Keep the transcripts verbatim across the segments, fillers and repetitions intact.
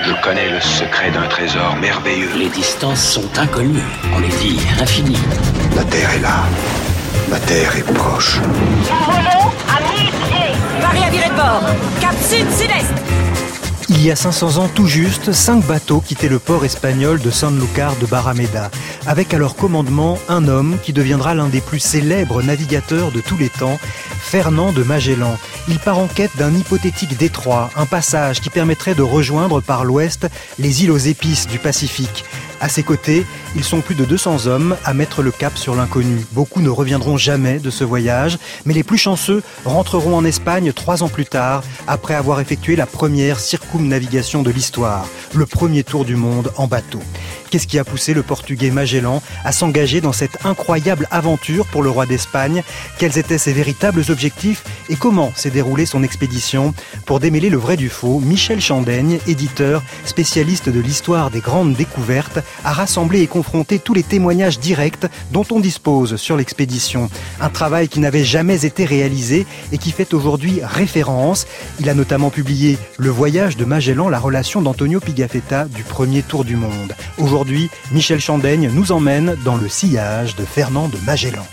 Je connais le secret d'un trésor merveilleux. Les distances sont inconnues, on les dit infinies. La Terre est là. La Terre est proche. Nous volons à mille pieds. Paris à virer de bord. Cap sud-sud-est. Il y a cinq cents ans tout juste, cinq bateaux quittaient le port espagnol de Sanlúcar de Barrameda, avec à leur commandement un homme qui deviendra l'un des plus célèbres navigateurs de tous les temps, Fernand de Magellan. Il part en quête d'un hypothétique détroit, un passage qui permettrait de rejoindre par l'ouest les îles aux épices du Pacifique. À ses côtés, ils sont plus de deux cents hommes à mettre le cap sur l'inconnu. Beaucoup ne reviendront jamais de ce voyage, mais les plus chanceux rentreront en Espagne trois ans plus tard, après avoir effectué la première circumnavigation de l'histoire, le premier tour du monde en bateau. Qu'est-ce qui a poussé le Portugais Magellan à s'engager dans cette incroyable aventure pour le roi d'Espagne? Quels étaient ses véritables objectifs et comment s'est déroulée son expédition? Pour démêler le vrai du faux, Michel Chandaigne, éditeur, spécialiste de l'histoire des grandes découvertes, a rassemblé et confronté tous les témoignages directs dont on dispose sur l'expédition. Un travail qui n'avait jamais été réalisé et qui fait aujourd'hui référence. Il a notamment publié Le voyage de Magellan, la relation d'Antonio Pigafetta du premier tour du monde. Aujourd'hui, Michel Chandaigne nous emmène dans le sillage de Fernand de Magellan.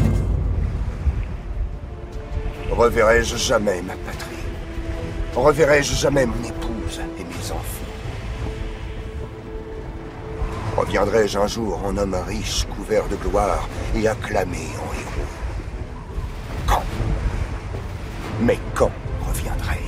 Reverrai-je jamais ma patrie? Reverrai-je jamais mon épouse et mes enfants? Reviendrai-je un jour en homme riche, couvert de gloire et acclamé en héros? Quand? Mais quand reviendrai-je?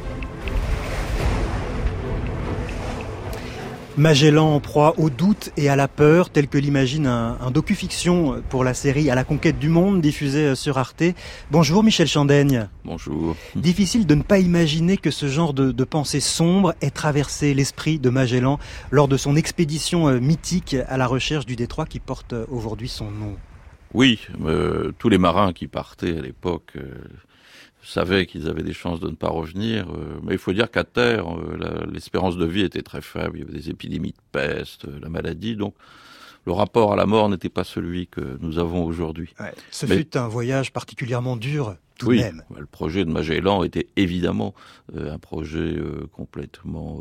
Magellan en proie au doute et à la peur, tel que l'imagine un, un docu-fiction pour la série À la conquête du monde, diffusée sur Arte. Bonjour Michel Chandaigne. Bonjour. Difficile de ne pas imaginer que ce genre de, de pensée sombre ait traversé l'esprit de Magellan lors de son expédition mythique à la recherche du détroit qui porte aujourd'hui son nom. Oui, euh, tous les marins qui partaient à l'époque euh, savaient qu'ils avaient des chances de ne pas revenir, euh, mais il faut dire qu'à terre, euh, la, l'espérance de vie était très faible, il y avait des épidémies de peste, euh, la maladie, donc le rapport à la mort n'était pas celui que nous avons aujourd'hui. Ouais, ce mais, fut un voyage particulièrement dur, tout oui, de même. Le projet de Magellan était évidemment euh, un projet euh, complètement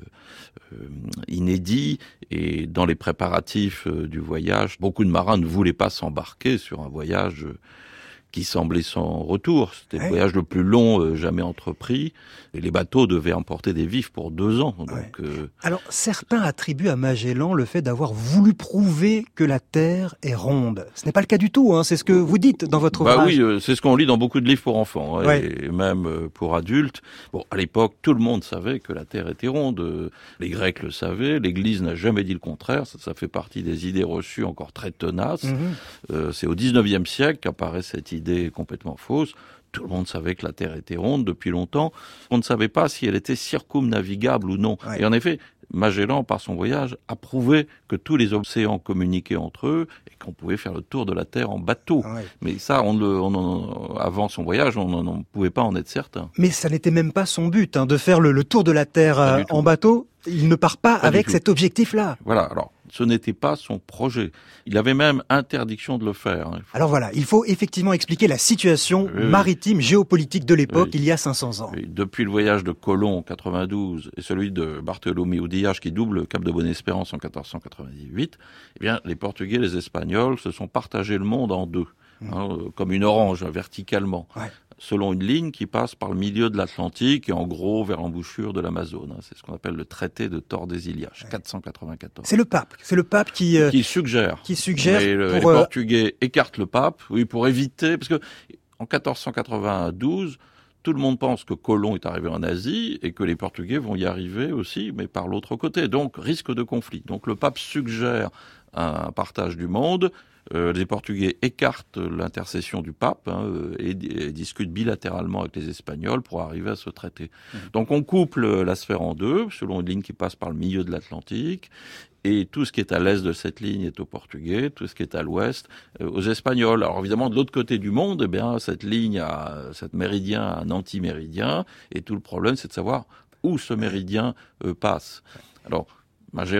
euh, euh, inédit, et dans les préparatifs euh, du voyage, beaucoup de marins ne voulaient pas s'embarquer sur un voyage euh, qui semblait sans retour. C'était ouais. le voyage le plus long euh, jamais entrepris. Et les bateaux devaient emporter des vifs pour deux ans. Donc, ouais. euh... Alors, certains attribuent à Magellan le fait d'avoir voulu prouver que la Terre est ronde. Ce n'est pas le cas du tout, hein. C'est ce que vous dites dans votre ouvrage. Bah oui, euh, c'est ce qu'on lit dans beaucoup de livres pour enfants, hein, ouais. et même euh, pour adultes. Bon, à l'époque, tout le monde savait que la Terre était ronde. Les Grecs le savaient, l'Église n'a jamais dit le contraire. Ça, ça fait partie des idées reçues encore très tenaces. Mm-hmm. Euh, c'est au dix-neuvième siècle qu'apparaît cette idée complètement fausse. Tout le monde savait que la Terre était ronde depuis longtemps. On ne savait pas si elle était circumnavigable ou non. Ouais. Et en effet, Magellan, par son voyage, a prouvé que tous les océans communiquaient entre eux et qu'on pouvait faire le tour de la Terre en bateau. Ouais. Mais ça, on le, on en, avant son voyage, on ne pouvait pas en être certain. Mais ça n'était même pas son but, hein, de faire le, le tour de la Terre euh, en bateau. Il ne part pas, pas avec cet objectif-là. Voilà, alors, ce n'était pas son projet. Il avait même interdiction de le faire. Hein. Faut... Alors voilà, il faut effectivement expliquer la situation oui, maritime, oui. géopolitique de l'époque, oui. il y a cinq cents ans. Oui. Depuis le voyage de Colomb en quatre-vingt-douze et celui de Bartholoméo Dias qui double le Cap de Bonne-Espérance en quatorze cent quatre-vingt-dix-huit, eh bien, les Portugais et les Espagnols se sont partagés le monde en deux, mmh. hein, comme une orange, hein, verticalement. Ouais. Selon une ligne qui passe par le milieu de l'Atlantique et en gros vers l'embouchure de l'Amazone. C'est ce qu'on appelle le traité de Tordesillas, ouais. quatre cent quatre-vingt-quatorze. C'est le pape, c'est le pape qui euh, qui suggère. Qui suggère. Mais le, pour, les euh... Portugais écartent le pape, oui, pour éviter, parce que en quatorze cent quatre-vingt-douze, tout le monde pense que Colomb est arrivé en Asie et que les Portugais vont y arriver aussi, mais par l'autre côté. Donc risque de conflit. Donc le pape suggère un partage du monde. Euh, les Portugais écartent l'intercession du pape hein, et, et discutent bilatéralement avec les Espagnols pour arriver à ce traité. Mmh. Donc on couple la sphère en deux, selon une ligne qui passe par le milieu de l'Atlantique, et tout ce qui est à l'est de cette ligne est aux Portugais, tout ce qui est à l'ouest euh, aux Espagnols. Alors évidemment, de l'autre côté du monde, eh bien, cette ligne a, cette méridien a un antiméridien, et tout le problème, c'est de savoir où ce méridien euh, passe. Alors, Magellan,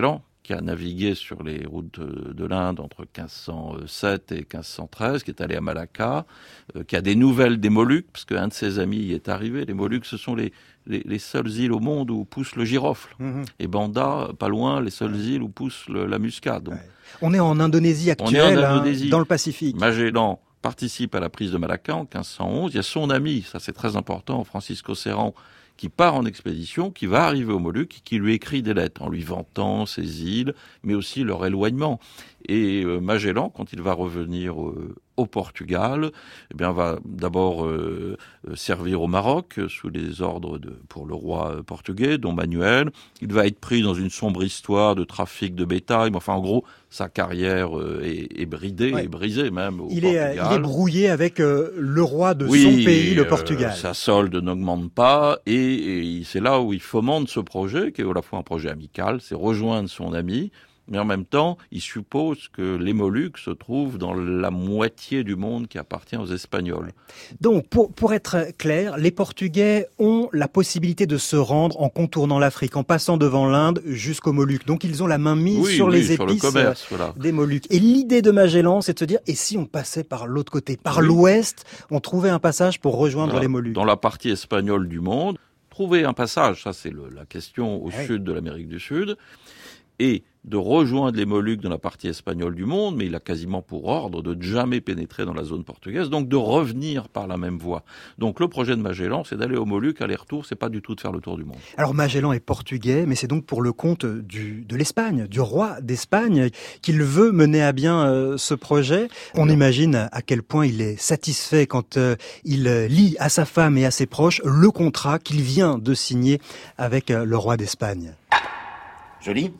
qui a navigué sur les routes de l'Inde entre quinze cent sept et quinze cent treize, qui est allé à Malacca, euh, qui a des nouvelles des Moluques, parce qu'un de ses amis y est arrivé. Les Moluques, ce sont les, les, les seules îles au monde où pousse le girofle. Mmh. Et Banda, pas loin, les seules îles où pousse le, la muscade. Donc, ouais. On est en Indonésie actuelle, en Indonésie. Hein, dans le Pacifique. Magellan participe à la prise de Malacca en quinze cent onze. Il y a son ami, ça c'est très important, Francisco Serrand, qui part en expédition, qui va arriver aux Moluques, qui lui écrit des lettres en lui vantant ces îles, mais aussi leur éloignement. Et euh, Magellan, quand il va revenir euh, au Portugal, eh bien, va d'abord euh, servir au Maroc sous les ordres de, pour le roi portugais, Dom Manuel. Il va être pris dans une sombre histoire de trafic de bétail, mais enfin, en gros, sa carrière euh, est, est bridée, ouais. est brisée même au il Portugal. Est, il est brouillé avec euh, le roi de oui, son pays, le Portugal. Euh, sa solde n'augmente pas, et, et c'est là où il fomente ce projet, qui est à la fois un projet amical, c'est rejoindre son ami, mais en même temps, il suppose que les Moluques se trouvent dans la moitié du monde qui appartient aux Espagnols. Donc, pour, pour être clair, les Portugais ont la possibilité de se rendre en contournant l'Afrique, en passant devant l'Inde jusqu'aux Moluques. Donc, ils ont la main mise oui, sur oui, les sur épices le commerce, voilà. des Moluques. Et l'idée de Magellan, c'est de se dire, et si on passait par l'autre côté, par oui. l'ouest, on trouvait un passage pour rejoindre voilà. les Moluques. Dans la partie espagnole du monde, trouver un passage, ça c'est le, la question au oui. sud de l'Amérique du Sud, et de rejoindre les Moluques dans la partie espagnole du monde, mais il a quasiment pour ordre de ne jamais pénétrer dans la zone portugaise, donc de revenir par la même voie. Donc le projet de Magellan, c'est d'aller aux Moluques, aller-retour, c'est pas du tout de faire le tour du monde. Alors Magellan est portugais, mais c'est donc pour le compte du, de l'Espagne, du roi d'Espagne, qu'il veut mener à bien euh, ce projet. On Alors, imagine à quel point il est satisfait quand euh, il lit à sa femme et à ses proches le contrat qu'il vient de signer avec euh, le roi d'Espagne. Joli.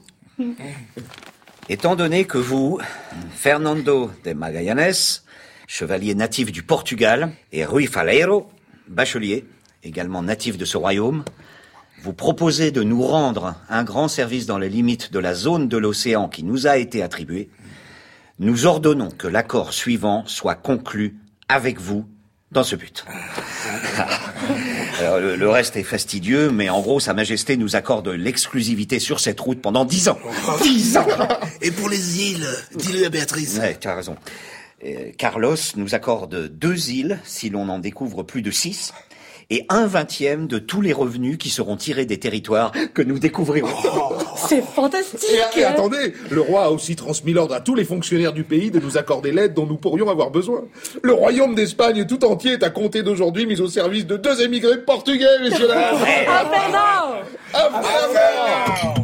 Étant donné que vous, Fernando de Magallanes, chevalier natif du Portugal, et Rui Faleiro, bachelier, également natif de ce royaume, vous proposez de nous rendre un grand service dans les limites de la zone de l'océan qui nous a été attribuée, nous ordonnons que l'accord suivant soit conclu avec vous dans ce but. Alors, le, le reste est fastidieux, mais en gros, Sa Majesté nous accorde l'exclusivité sur cette route pendant dix ans. Dix ans. Et pour les îles, dis-le à Béatrice. Ouais, tu as raison. Euh, Carlos nous accorde deux îles si l'on en découvre plus de six, et un vingtième de tous les revenus qui seront tirés des territoires que nous découvrirons. Oh, c'est fantastique. Et, et attendez, le roi a aussi transmis l'ordre à tous les fonctionnaires du pays de nous accorder l'aide dont nous pourrions avoir besoin. Le royaume d'Espagne tout entier est à compter d'aujourd'hui mis au service de deux émigrés portugais, messieurs dames. Ah, Fernand Ah, Fernand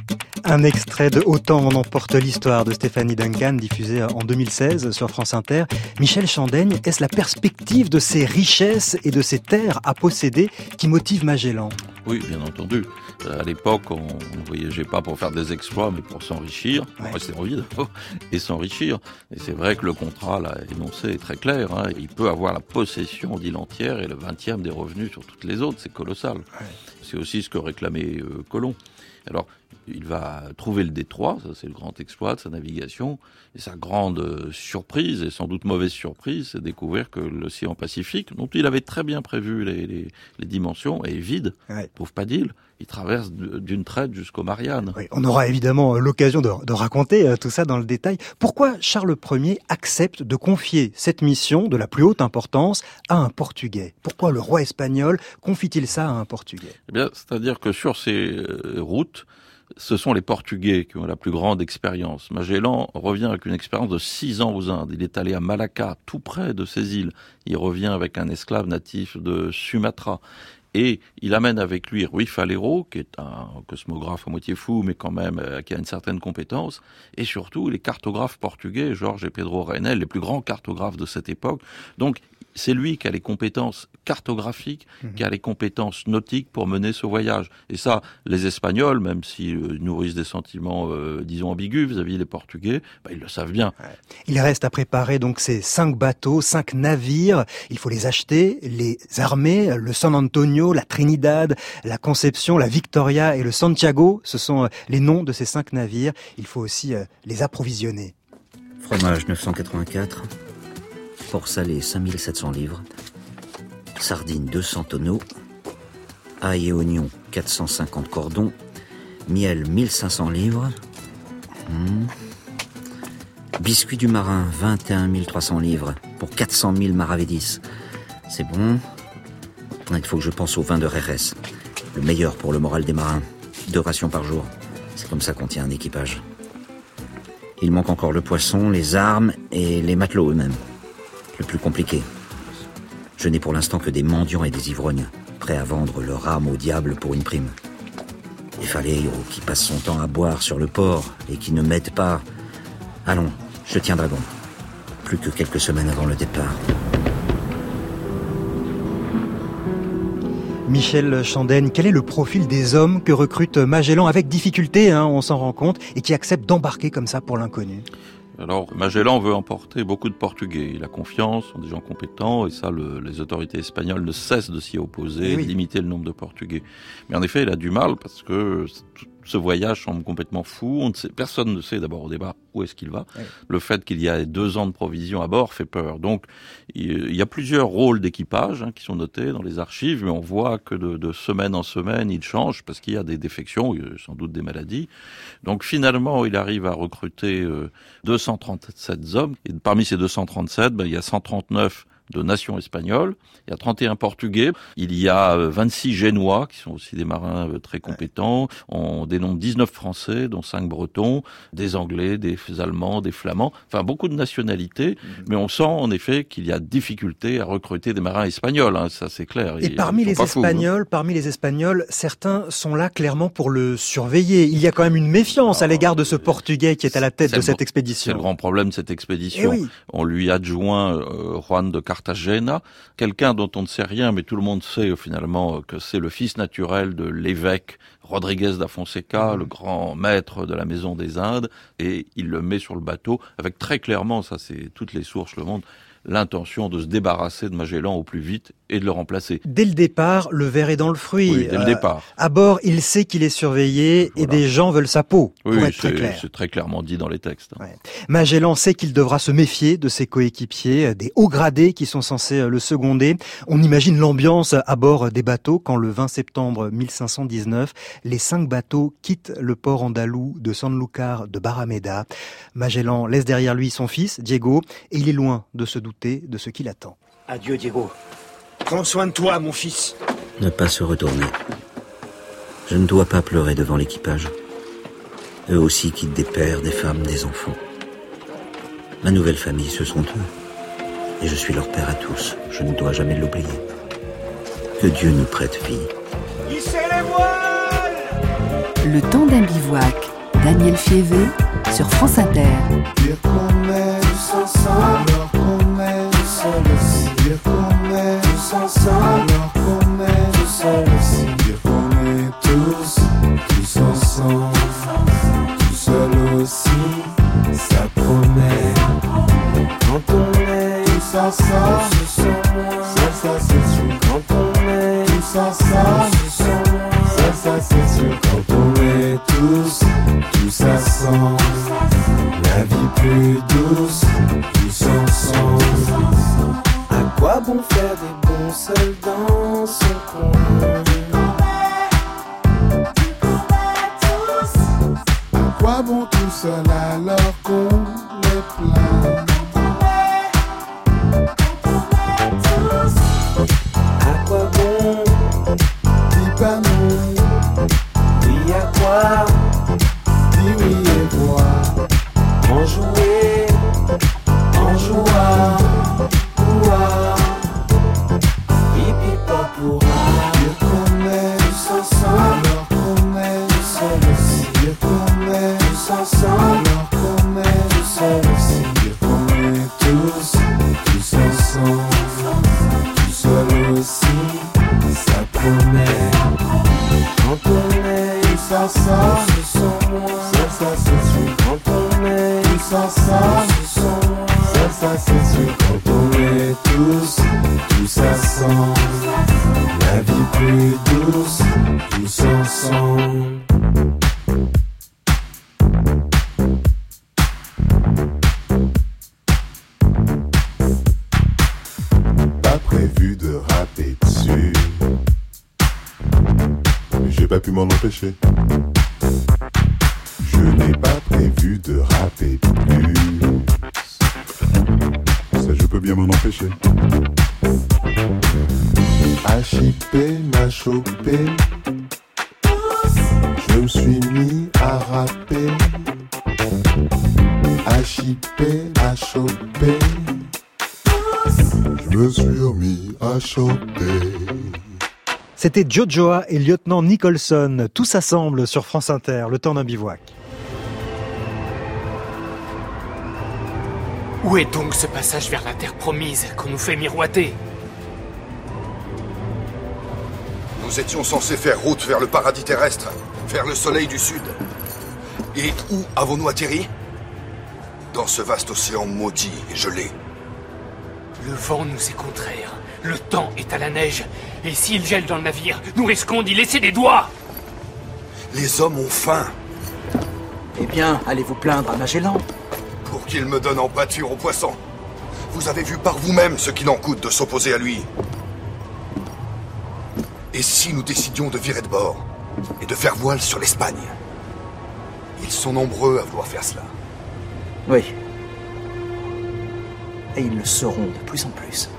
Un extrait de Autant en emporte l'histoire de Stéphanie Duncan, diffusé en deux mille seize sur France Inter. Michel Chandaigne, est-ce la perspective de ces richesses et de ces terres à posséder qui motive Magellan ? Oui, bien entendu. À l'époque, on ne voyageait pas pour faire des exploits, mais pour s'enrichir, pour ouais. rester en vie d'abord, et s'enrichir. Et c'est vrai que le contrat, là, énoncé, est très clair. Hein. Il peut avoir la possession d'îles entières et le vingtième des revenus sur toutes les autres. C'est colossal. Ouais. C'est aussi ce que réclamait euh, Colomb. Alors, il va trouver le détroit, ça c'est le grand exploit de sa navigation, et sa grande surprise, et sans doute mauvaise surprise, c'est de découvrir que l'océan Pacifique, dont il avait très bien prévu les, les, les dimensions, est vide, ouais. il trouve pas d'île, il traverse d'une traite jusqu'aux Mariannes. Oui, on aura évidemment l'occasion de, de raconter tout ça dans le détail. Pourquoi Charles Ier accepte de confier cette mission de la plus haute importance à un Portugais ? Pourquoi le roi espagnol confie-t-il ça à un Portugais ? Eh bien, c'est-à-dire que sur ces euh, routes, ce sont les Portugais qui ont la plus grande expérience. Magellan revient avec une expérience de six ans aux Indes. Il est allé à Malacca, tout près de ces îles. Il revient avec un esclave natif de Sumatra. Et il amène avec lui Rui Faleiro, qui est un cosmographe à moitié fou, mais quand même euh, qui a une certaine compétence. Et surtout, les cartographes portugais, Jorge et Pedro Reinel, les plus grands cartographes de cette époque. Donc, c'est lui qui a les compétences cartographiques, mmh. qui a les compétences nautiques pour mener ce voyage. Et ça, les Espagnols, même s'ils euh, nourrissent des sentiments, euh, disons, ambigus vis-à-vis des Portugais, bah, ils le savent bien. Ouais. Il reste à préparer donc ces cinq bateaux, cinq navires. Il faut les acheter, les armer. Le San Antonio, la Trinidad, la Conception, la Victoria et le Santiago, ce sont les noms de ces cinq navires. Il faut aussi euh, les approvisionner. Fromage neuf cent quatre-vingt-quatre. Porc salé cinq mille sept cents livres, sardines deux cents tonneaux, ail et oignons quatre cent cinquante cordons, miel mille cinq cents livres, Mmh. Biscuit du marin, vingt et un mille trois cents livres, pour quatre cent mille maravédis. C'est bon. Il faut que je pense au vin de Jerez. Le meilleur pour le moral des marins. Deux rations par jour. C'est comme ça qu'on tient un équipage. Il manque encore le poisson, les armes et les matelots eux-mêmes. Le plus compliqué. Je n'ai pour l'instant que des mendiants et des ivrognes, prêts à vendre leur âme au diable pour une prime. Et Faleiro qui passe son temps à boire sur le port et qui ne m'aide pas. Allons, je tiens dragon. Plus que quelques semaines avant le départ. Michel Chandenne, quel est le profil des hommes que recrute Magellan avec difficulté, hein, on s'en rend compte, et qui acceptent d'embarquer comme ça pour l'inconnu? Alors, Magellan veut emporter beaucoup de Portugais. Il a confiance, sont des gens compétents, et ça, le, les autorités espagnoles ne cessent de s'y opposer, oui. de limiter le nombre de Portugais. Mais en effet, il a du mal parce que ce voyage semble complètement fou. On ne sait, personne ne sait d'abord au départ où est-ce qu'il va. Oui. Le fait qu'il y a deux ans de provisions à bord fait peur. Donc, il y a plusieurs rôles d'équipage hein, qui sont notés dans les archives, mais on voit que de, de semaine en semaine, il change parce qu'il y a des défections, il y a sans doute des maladies. Donc, finalement, il arrive à recruter euh, deux cent trente-sept hommes. Et parmi ces deux cent trente-sept, ben, il y a cent trente-neuf de nation espagnole, il y a trente et un Portugais, il y a vingt-six Génois, qui sont aussi des marins très compétents, on dénombre dix-neuf Français, dont cinq Bretons, des Anglais, des Allemands, des Flamands, enfin beaucoup de nationalités, mmh. mais on sent en effet qu'il y a difficulté à recruter des marins espagnols, hein, ça c'est clair. Et, et parmi les Espagnols, fous, hein. parmi les Espagnols, certains sont là clairement pour le surveiller. Il y a quand même une méfiance ah, à l'égard de ce Portugais qui est à la tête de cette expédition. C'est le grand problème de cette expédition. Oui. On lui adjoint euh, Juan de Cartagena, quelqu'un dont on ne sait rien, mais tout le monde sait finalement que c'est le fils naturel de l'évêque Rodriguez da Fonseca, mmh. le grand maître de la Maison des Indes, et il le met sur le bateau avec très clairement, ça c'est toutes les sources le montrent, l'intention de se débarrasser de Magellan au plus vite et de le remplacer. Dès le départ, le ver est dans le fruit. Oui, dès euh, le départ. À bord, il sait qu'il est surveillé voilà. et des gens veulent sa peau, oui, pour oui, être très clair. C'est très clairement dit dans les textes. Ouais. Magellan sait qu'il devra se méfier de ses coéquipiers, des hauts gradés qui sont censés le seconder. On imagine l'ambiance à bord des bateaux quand le vingt septembre mille cinq cent dix-neuf, les cinq bateaux quittent le port andalou de Sanlúcar de Barrameda. Magellan laisse derrière lui son fils, Diego, et il est loin de se douter de ce qui l'attend. Adieu, Diego. Prends soin de toi, mon fils. Ne pas se retourner. Je ne dois pas pleurer devant l'équipage. Eux aussi quittent des pères, des femmes, des enfants. Ma nouvelle famille, ce sont eux. Et je suis leur père à tous. Je ne dois jamais l'oublier. Que Dieu nous prête vie. Hissez les voiles! Le temps d'un bivouac. Daniel Fievé sur France Inter. Dire qu'on est tous ensemble, alors qu'on est tout seul aussi. Dire qu'on est tous ensemble, alors qu'on est tout seul aussi. Dire qu'on est tous, tous ensemble, tout seul aussi, ça promet. Quand on est tous ensemble, ça, ça c'est sûr. Quand on est tous ensemble, ça, ça c'est sûr. Quand on est tous, tous ensemble, la vie plus douce, tous ensemble. À quoi bon faire des bons seuls dans son coin? À quoi bon tout seul alors qu'on est plein? À quoi bon? Dis pas non. Dis à quoi? Dis oui et vois. En jouer, en jouant, ouah. Pipi papoura. Dire qu'on est tous ensemble, alors qu'on est tout seul aussi. Dire qu'on est tous ensemble, alors qu'on est tout seul aussi. Dire qu'on est tous, tous ensemble, tout seul aussi, ça promet. Quand on est tous ensemble, ça, ça c'est sûr. Quand on est tous ensemble, ça, ça c'est sûr. Quand on est tous, tous ensemble, la vie plus douce, tous ensemble. Pas prévu de rapper dessus, mais j'ai pas pu m'en empêcher. Je n'ai n'ai pas prévu de rater plus. Ça, je peux bien m'en empêcher. H I P m'a chopé. Je me suis mis à rapper. H I P m'a chopé. Je me suis remis à chanter. C'était Jojoa et Lieutenant Nicholson. Tout s'assemble sur France Inter, le temps d'un bivouac. Où est donc ce passage vers la terre promise qu'on nous fait miroiter? Nous étions censés faire route vers le paradis terrestre, vers le soleil du sud. Et où avons-nous atterri? Dans ce vaste océan maudit et gelé. Le vent nous est contraire, le temps est à la neige, et s'il gèle dans le navire, nous risquons d'y laisser des doigts. Les hommes ont faim. Eh bien, allez vous plaindre à Magellan. Pour qu'il me donne en pâture aux poissons. Vous avez vu par vous-même ce qu'il en coûte de s'opposer à lui. Et si nous décidions de virer de bord et de faire voile sur l'Espagne? Ils sont nombreux à vouloir faire cela. Oui. Et ils le seront de plus en plus.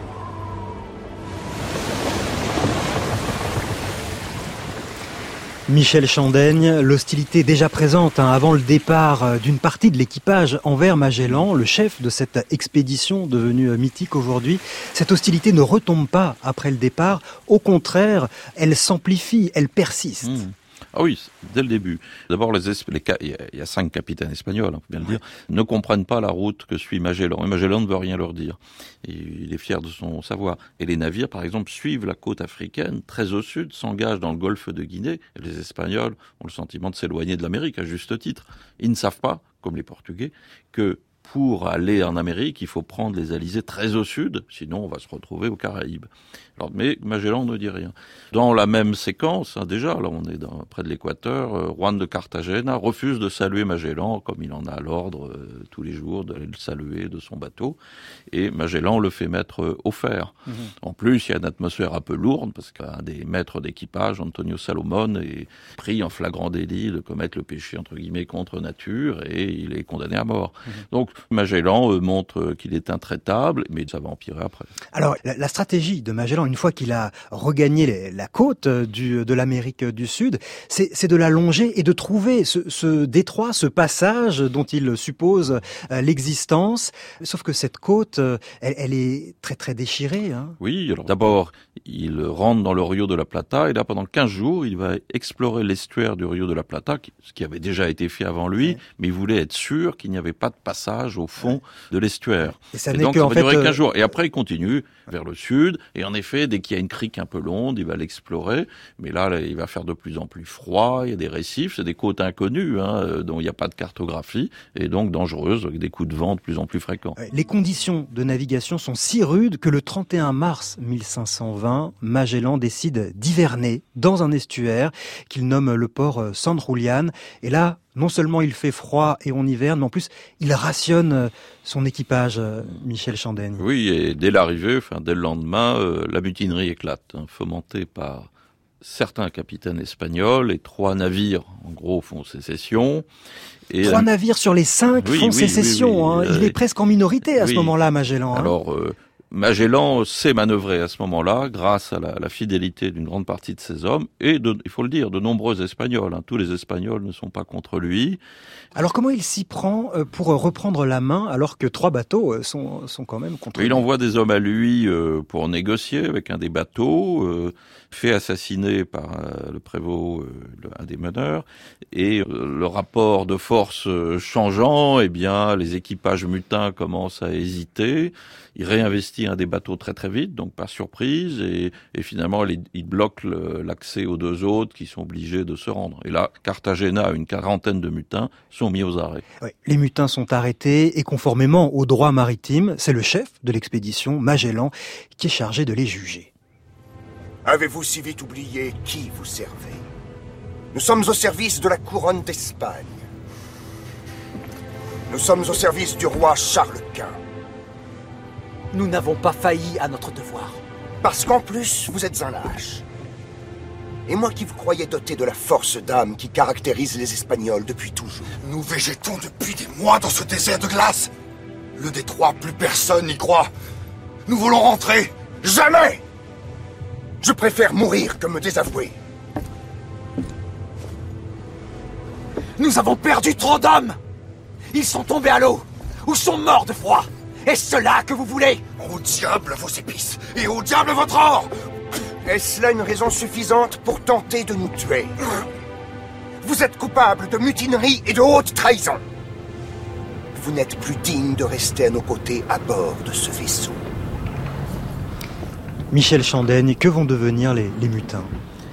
Michel Chandaigne, l'hostilité déjà présente hein, avant le départ d'une partie de l'équipage envers Magellan, le chef de cette expédition devenue mythique aujourd'hui. Cette hostilité ne retombe pas après le départ, au contraire, elle s'amplifie, elle persiste. Mmh. Ah oui, dès le début. D'abord, les, les il y a cinq capitaines espagnols, hein, faut bien le dire, ne comprennent pas la route que suit Magellan. Et Magellan ne veut rien leur dire. Et il est fier de son savoir. Et les navires, par exemple, suivent la côte africaine, très au sud, s'engagent dans le golfe de Guinée. Et les Espagnols ont le sentiment de s'éloigner de l'Amérique, à juste titre. Ils ne savent pas, comme les Portugais, que pour aller en Amérique, il faut prendre les alizés très au sud, sinon on va se retrouver aux Caraïbes. Alors, mais Magellan ne dit rien. Dans la même séquence, hein, déjà, là on est dans, près de l'équateur, euh, Juan de Cartagena refuse de saluer Magellan, comme il en a l'ordre euh, tous les jours d'aller le saluer de son bateau, et Magellan le fait mettre euh, au fer. Mmh. En plus, il y a une atmosphère un peu lourde, parce qu'un des maîtres d'équipage, Antonio Salomon, est pris en flagrant délit de commettre le péché, entre guillemets, contre nature, et il est condamné à mort. Mmh. Donc, Magellan euh, montre qu'il est intraitable, mais ça va empirer après. Alors, la, la stratégie de Magellan, une fois qu'il a regagné les, la côte du, de l'Amérique du Sud, c'est, c'est de la longer et de trouver ce, ce détroit, ce passage dont il suppose euh, l'existence. Sauf que cette côte, euh, elle, elle est très très déchirée. Hein. Oui, alors d'abord, il rentre dans le Rio de la Plata, et là, pendant quinze jours, il va explorer l'estuaire du Rio de la Plata, ce qui avait déjà été fait avant lui, ouais. mais il voulait être sûr qu'il n'y avait pas de passage au fond de l'estuaire. Et, ça et n'est donc, que, ça en va fait, durer quinze euh... jours. Et après, il continue vers le sud. Et en effet, dès qu'il y a une crique un peu longue, il va l'explorer. Mais là, là, il va faire de plus en plus froid. Il y a des récifs. C'est des côtes inconnues, hein, dont il n'y a pas de cartographie. Et donc dangereuses, avec des coups de vent de plus en plus fréquents. Les conditions de navigation sont si rudes que le trente et un mars mille cinq cent vingt, Magellan décide d'hiverner dans un estuaire qu'il nomme le port San Julián. Et là, non seulement il fait froid et on hiverne, mais en plus, il rationne son équipage, Michel Chandaigne. Oui, et dès l'arrivée, enfin, dès le lendemain, euh, la mutinerie éclate, hein, fomentée par certains capitaines espagnols, et trois navires, en gros, font sécession. Et trois euh, navires sur les cinq oui, font oui, sécession. oui, oui, hein. Il euh, est presque en minorité à oui. ce moment-là, Magellan. Hein. Alors, euh, Magellan sait manœuvrer à ce moment-là, grâce à la, la fidélité d'une grande partie de ses hommes, et de, il faut le dire, de nombreux Espagnols. Hein. Tous les Espagnols ne sont pas contre lui. Alors comment il s'y prend pour reprendre la main, alors que trois bateaux sont, sont quand même contre lui? Il envoie des hommes à lui euh, pour négocier avec un des bateaux, euh, fait assassiner par euh, le prévôt, euh, le, un des meneurs, et euh, le rapport de force euh, changeant, eh bien, les équipages mutins commencent à hésiter. Il réinvestit un des bateaux très très vite, donc par surprise, et, et finalement il, il bloque le, l'accès aux deux autres qui sont obligés de se rendre. Et là, Cartagena, une quarantaine de mutins sont mis aux arrêts. Oui, les mutins sont arrêtés et conformément au droit maritime, c'est le chef de l'expédition, Magellan, qui est chargé de les juger. Avez-vous si vite oublié qui vous servez? Nous sommes au service de la couronne d'Espagne. Nous sommes au service du roi Charles Quint. Nous n'avons pas failli à notre devoir. Parce qu'en plus, vous êtes un lâche. Et moi qui vous croyais doté de la force d'âme qui caractérise les Espagnols depuis toujours. Nous végétons depuis des mois dans ce désert de glace. Le détroit, plus personne n'y croit. Nous voulons rentrer. Jamais! Je préfère mourir que me désavouer. Nous avons perdu trop d'hommes! Ils sont tombés à l'eau, ou sont morts de froid. Est-ce cela que vous voulez? Au diable vos épices, et au diable votre or! Est-ce là une raison suffisante pour tenter de nous tuer? Vous êtes coupable de mutinerie et de haute trahison. Vous n'êtes plus digne de rester à nos côtés à bord de ce vaisseau. Michel Chandaigne, que vont devenir les, les mutins?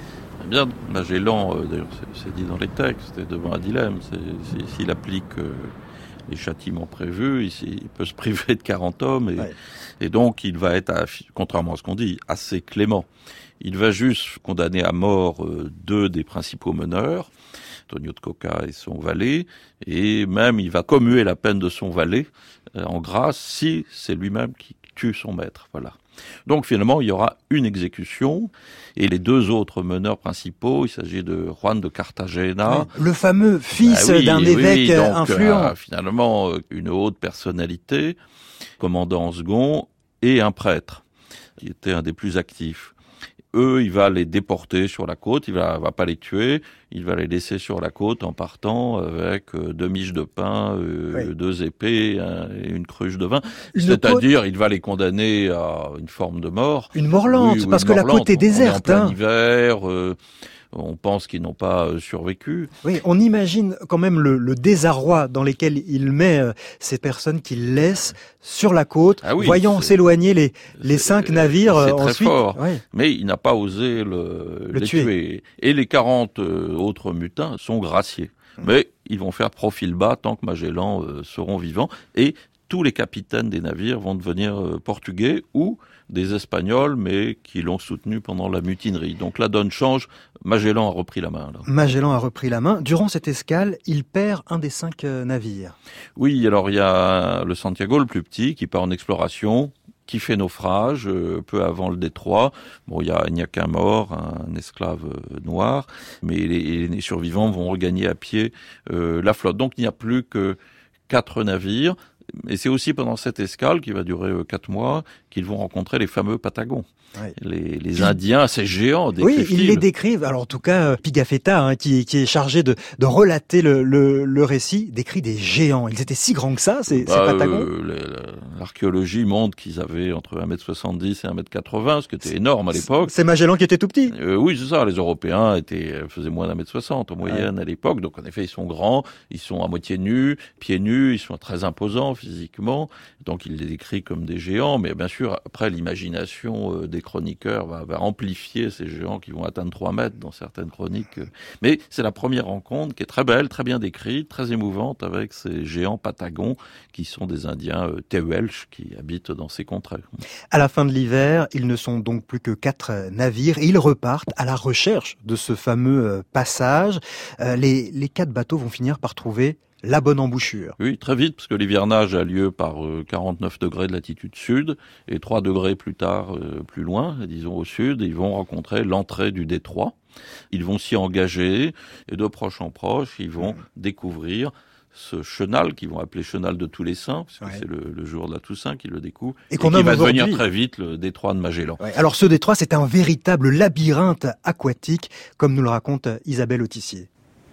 Eh bien, Magellan, euh, d'ailleurs, c'est, c'est dit dans les textes, est devant un dilemme. C'est, c'est, s'il applique euh, les châtiments prévus, il, il peut se priver de quarante hommes, et, ouais. et donc il va être, à, contrairement à ce qu'on dit, assez clément. Il va juste condamner à mort euh, deux des principaux meneurs, Antonio de Coca et son valet, et même il va commuer la peine de son valet euh, en grâce si c'est lui-même qui tue son maître. Voilà. Donc finalement, il y aura une exécution, et les deux autres meneurs principaux, il s'agit de Juan de Cartagena. Oui, le fameux fils bah oui, d'un oui, évêque oui, donc, influent. Euh, finalement, une haute personnalité, commandant second, et un prêtre, qui était un des plus actifs. Eux, il va les déporter sur la côte, il va, va pas les tuer, il va les laisser sur la côte en partant avec euh, deux miches de pain, euh, oui. deux épées un, et une cruche de vin. Une C'est-à-dire, côte... il va les condamner à une forme de mort. Une mort lente, oui, parce que morlante. La côte est déserte. On est en plein hein. hiver, euh, on pense qu'ils n'ont pas survécu. Oui, on imagine quand même le, le désarroi dans lequel il met euh, ces personnes qu'il laisse sur la côte, ah oui, voyant s'éloigner les, les cinq navires c'est euh, très ensuite. Fort, oui. Mais il n'a pas osé le, le les tuer. tuer. Et les quarante euh, autres mutins sont graciés. Mmh. Mais ils vont faire profil bas tant que Magellan euh, seront vivants. Et tous les capitaines des navires vont devenir euh, portugais ou des Espagnols, mais qui l'ont soutenu pendant la mutinerie. Donc la donne change, Magellan a repris la main. Là. Magellan a repris la main. Durant cette escale, il perd un des cinq euh, navires. Oui, alors il y a le Santiago, le plus petit, qui part en exploration, qui fait naufrage euh, peu avant le détroit. Bon, il y a, il n'y a qu'un mort, un esclave euh, noir, mais les, les survivants vont regagner à pied euh, la flotte. Donc il n'y a plus que quatre navires. Et c'est aussi pendant cette escale, qui va durer euh, quatre mois, qu'ils vont rencontrer les fameux Patagons. Ouais. Les, les Indiens, ces géants, décrivent-ils. Oui, ils les décrivent. Alors en tout cas, Pigafetta, hein, qui, qui est chargé de, de relater le, le, le récit, décrit des géants. Ils étaient si grands que ça, ces, bah, ces Patagons. Euh, l'archéologie montre qu'ils avaient entre un mètre soixante-dix et un mètre quatre-vingts, ce qui était énorme à l'époque. C'est Magellan qui était tout petit. Euh, oui, c'est ça. Les Européens étaient, faisaient moins d'un mètre soixante en moyenne ouais. à l'époque. Donc en effet, ils sont grands, ils sont à moitié nus, pieds nus, ils sont très imposants physiquement. Donc il les décrit comme des géants. Mais bien sûr, après, l'imagination euh, des chroniqueurs va va amplifier ces géants qui vont atteindre trois mètres dans certaines chroniques. Mais c'est la première rencontre qui est très belle, très bien décrite, très émouvante avec ces géants patagons qui sont des Indiens euh, Tehuelche qui habitent dans ces contrées. À la fin de l'hiver, ils ne sont donc plus que quatre navires et ils repartent à la recherche de ce fameux passage. Euh, les, les quatre bateaux vont finir par trouver la bonne embouchure. Oui, très vite, parce que l'hivernage a lieu par euh, quarante-neuf degrés de latitude sud, et trois degrés plus tard, euh, plus loin, disons au sud, ils vont rencontrer l'entrée du détroit. Ils vont s'y engager, et de proche en proche, ils vont mmh. découvrir ce chenal qu'ils vont appeler chenal de tous les saints, parce que ouais. c'est le, le jour de la Toussaint qu'ils le découvrent, et, et qui va devenir très vite le détroit de Magellan. Ouais. Alors ce détroit, c'est un véritable labyrinthe aquatique, comme nous le raconte Isabelle Autissier.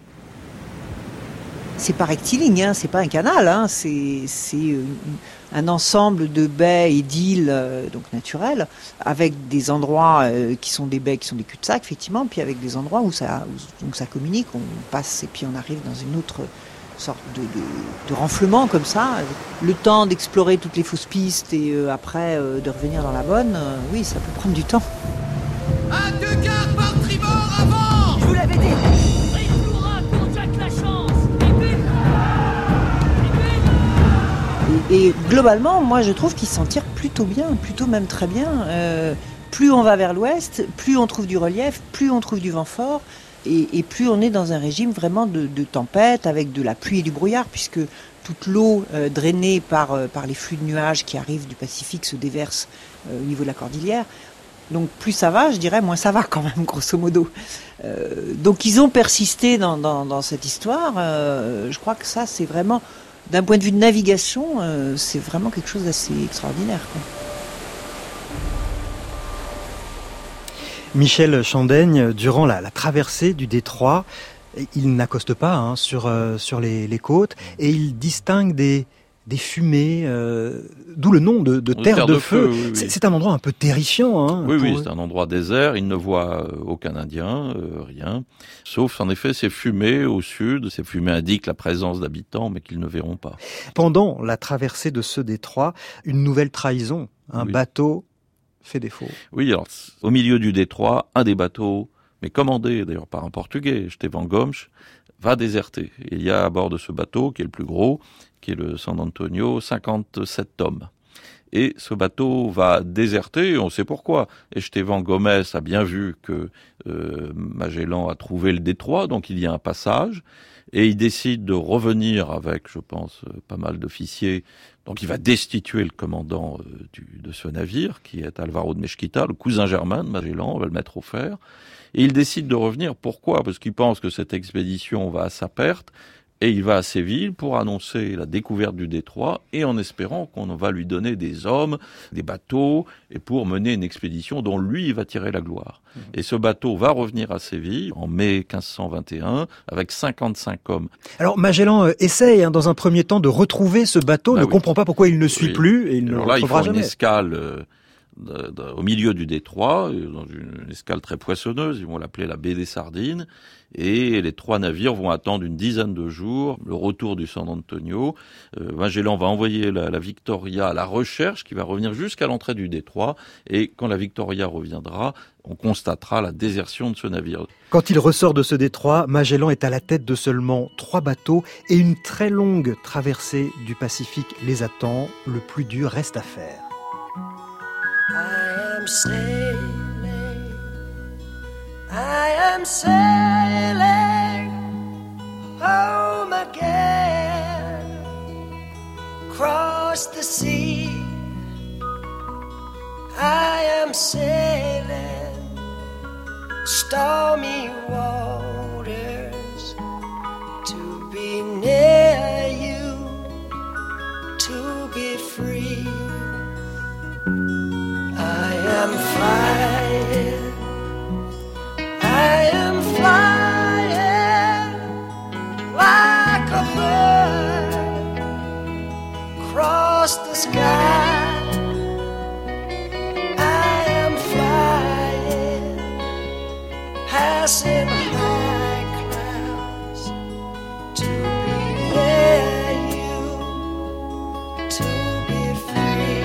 C'est pas rectiligne, hein, c'est pas un canal, hein, c'est, c'est un ensemble de baies et d'îles euh, donc naturelles, avec des endroits euh, qui sont des baies, qui sont des cul-de-sac, effectivement, puis avec des endroits où ça, où, donc ça communique, on passe et puis on arrive dans une autre sorte de, de, de renflement comme ça. Le temps d'explorer toutes les fausses pistes et euh, après euh, de revenir dans la bonne, euh, oui, ça peut prendre du temps. À deux quarts par tribord avant! Je vous l'avais dit! Et globalement, moi je trouve qu'ils s'en tirent plutôt bien, plutôt même très bien. Euh, plus on va vers l'ouest, plus on trouve du relief, plus on trouve du vent fort, et, et plus on est dans un régime vraiment de, de tempête, avec de la pluie et du brouillard, puisque toute l'eau euh, drainée par, euh, par les flux de nuages qui arrivent du Pacifique se déverse euh, au niveau de la cordillère. Donc plus ça va, je dirais, moins ça va quand même, grosso modo. Euh, donc ils ont persisté dans, dans, dans cette histoire. Euh, je crois que ça, c'est vraiment, d'un point de vue de navigation, euh, c'est vraiment quelque chose d'assez extraordinaire, quoi. Michel Chandaigne, durant la, la traversée du détroit, il n'accoste pas hein, sur, euh, sur les, les côtes et il distingue des, des fumées, euh, d'où le nom de, de terre, terre de, de feu. feu oui, oui. C'est, c'est un endroit un peu terrifiant. Hein, oui, oui, eux. C'est un endroit désert. Il ne voit aucun Indien, euh, rien. Sauf, en effet, ces fumées au sud. Ces fumées indiquent la présence d'habitants, mais qu'ils ne verront pas. Pendant la traversée de ce détroit, une nouvelle trahison. Un oui. bateau fait défaut. Oui, alors, au milieu du détroit, un des bateaux, mais commandé d'ailleurs par un Portugais, Estevão Gomes, va déserter. Il y a à bord de ce bateau, qui est le plus gros, qui est le San Antonio, cinquante-sept hommes. Et ce bateau va déserter, on sait pourquoi. Estevão Gomes a bien vu que euh, Magellan a trouvé le détroit, donc il y a un passage, et il décide de revenir avec, je pense, pas mal d'officiers. Donc il va destituer le commandant euh, du, de ce navire, qui est Álvaro de Mesquita, le cousin germain de Magellan, on va le mettre au fer. Et il décide de revenir. Pourquoi ? Parce qu'il pense que cette expédition va à sa perte. Et il va à Séville pour annoncer la découverte du détroit et en espérant qu'on va lui donner des hommes, des bateaux, et pour mener une expédition dont lui va tirer la gloire. Mmh. Et ce bateau va revenir à Séville en mai quinze cent vingt et un avec cinquante-cinq hommes. Alors Magellan euh, essaye hein, dans un premier temps de retrouver ce bateau, bah ne oui. comprend pas pourquoi il ne suit oui. plus et il ne le retrouvera jamais. Alors là, il faut une escale euh, de, de, au milieu du détroit, dans une, une escale très poissonneuse, ils vont l'appeler la baie des Sardines. Et les trois navires vont attendre une dizaine de jours le retour du San Antonio. Euh, Magellan va envoyer la, la Victoria à la recherche, qui va revenir jusqu'à l'entrée du détroit. Et quand la Victoria reviendra, on constatera la désertion de ce navire. Quand il ressort de ce détroit, Magellan est à la tête de seulement trois bateaux et une très longue traversée du Pacifique les attend. Le plus dur reste à faire. I am sailing, I am sailing home again, across the sea. I am sailing stormy waters to be near you, to be free. I am flying, I am flying like a bird across the sky. I am flying, passing high clouds to be near you, to be free.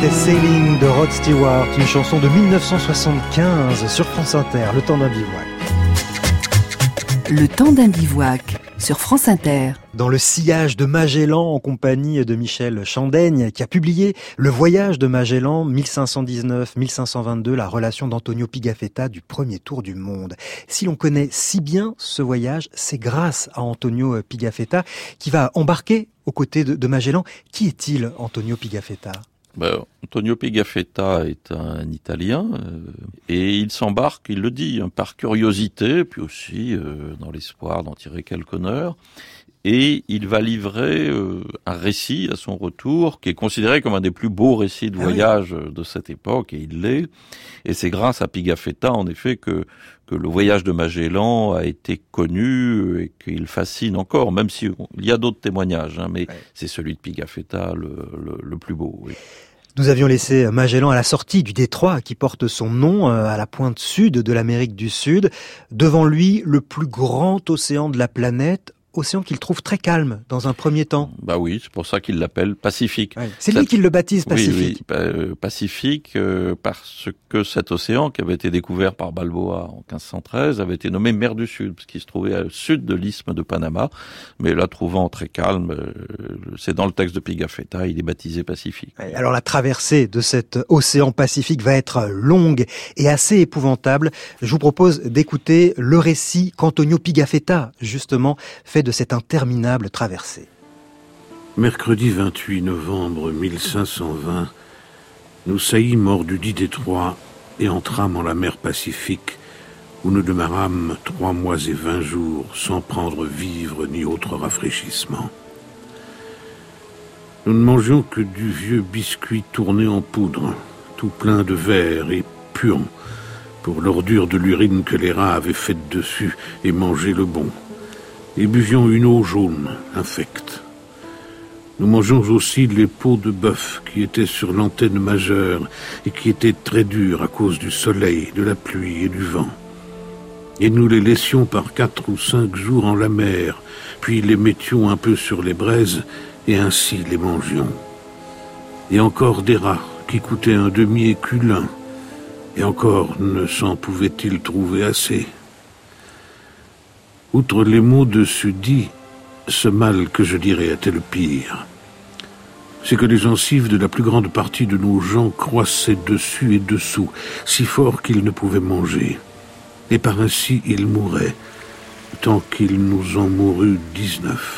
C'était Sailing de Rod Stewart, une chanson de dix-neuf cent soixante-quinze sur France Inter, Le temps d'un bivouac. Le temps d'un bivouac sur France Inter. Dans le sillage de Magellan en compagnie de Michel Chandaigne qui a publié Le voyage de Magellan mille cinq cent dix-neuf mille cinq cent vingt-deux, la relation d'Antonio Pigafetta du premier tour du monde. Si l'on connaît si bien ce voyage, c'est grâce à Antonio Pigafetta qui va embarquer aux côtés de, de Magellan. Qui est-il, Antonio Pigafetta ? Ben, Antonio Pigafetta est un Italien euh, et il s'embarque, il le dit, hein, par curiosité, puis aussi euh, dans l'espoir d'en tirer quelque honneur. Et il va livrer euh, un récit à son retour qui est considéré comme un des plus beaux récits de voyage ah oui. de cette époque, et il l'est. Et c'est grâce à Pigafetta, en effet, que que le voyage de Magellan a été connu et qu'il fascine encore, même si il y a d'autres témoignages, hein, mais ouais. c'est celui de Pigafetta le, le, le plus beau. Oui. Nous avions laissé Magellan à la sortie du détroit qui porte son nom, à la pointe sud de l'Amérique du Sud. Devant lui, le plus grand océan de la planète, océan qu'il trouve très calme dans un premier temps. Bah oui, c'est pour ça qu'il l'appelle Pacifique. Ouais. C'est lui Cette... qui le baptise Pacifique. Oui, oui, euh, Pacifique, euh, parce que cet océan qui avait été découvert par Balboa en quinze cent treize avait été nommé mer du Sud, parce qu'il se trouvait au sud de l'isthme de Panama. Mais là, trouvant très calme, euh, c'est dans le texte de Pigafetta, il est baptisé Pacifique. Ouais, alors la traversée de cet océan Pacifique va être longue et assez épouvantable. Je vous propose d'écouter le récit qu'Antonio Pigafetta, justement, fait de cette interminable traversée. Mercredi vingt-huit novembre mille cinq cent vingt, nous saillîmes hors du dit détroit et entrâmes en la mer Pacifique, où nous demeurâmes trois mois et vingt jours sans prendre vivre ni autre rafraîchissement. Nous ne mangions que du vieux biscuit tourné en poudre, tout plein de verre et puant, pour l'ordure de l'urine que les rats avaient faite dessus et mangé le bon. Et buvions une eau jaune, infecte. Nous mangeons aussi les peaux de bœuf qui étaient sur l'antenne majeure et qui étaient très dures à cause du soleil, de la pluie et du vent. Et nous les laissions par quatre ou cinq jours en la mer, puis les mettions un peu sur les braises et ainsi les mangions. Et encore des rats qui coûtaient un demi-écu l'un, et encore ne s'en pouvait-il trouver assez. Outre les mots dessus dits, ce mal que je dirais était le pire. C'est que les gencives de la plus grande partie de nos gens croissaient dessus et dessous, si fort qu'ils ne pouvaient manger. Et par ainsi ils mouraient, tant qu'il nous en mourut dix-neuf.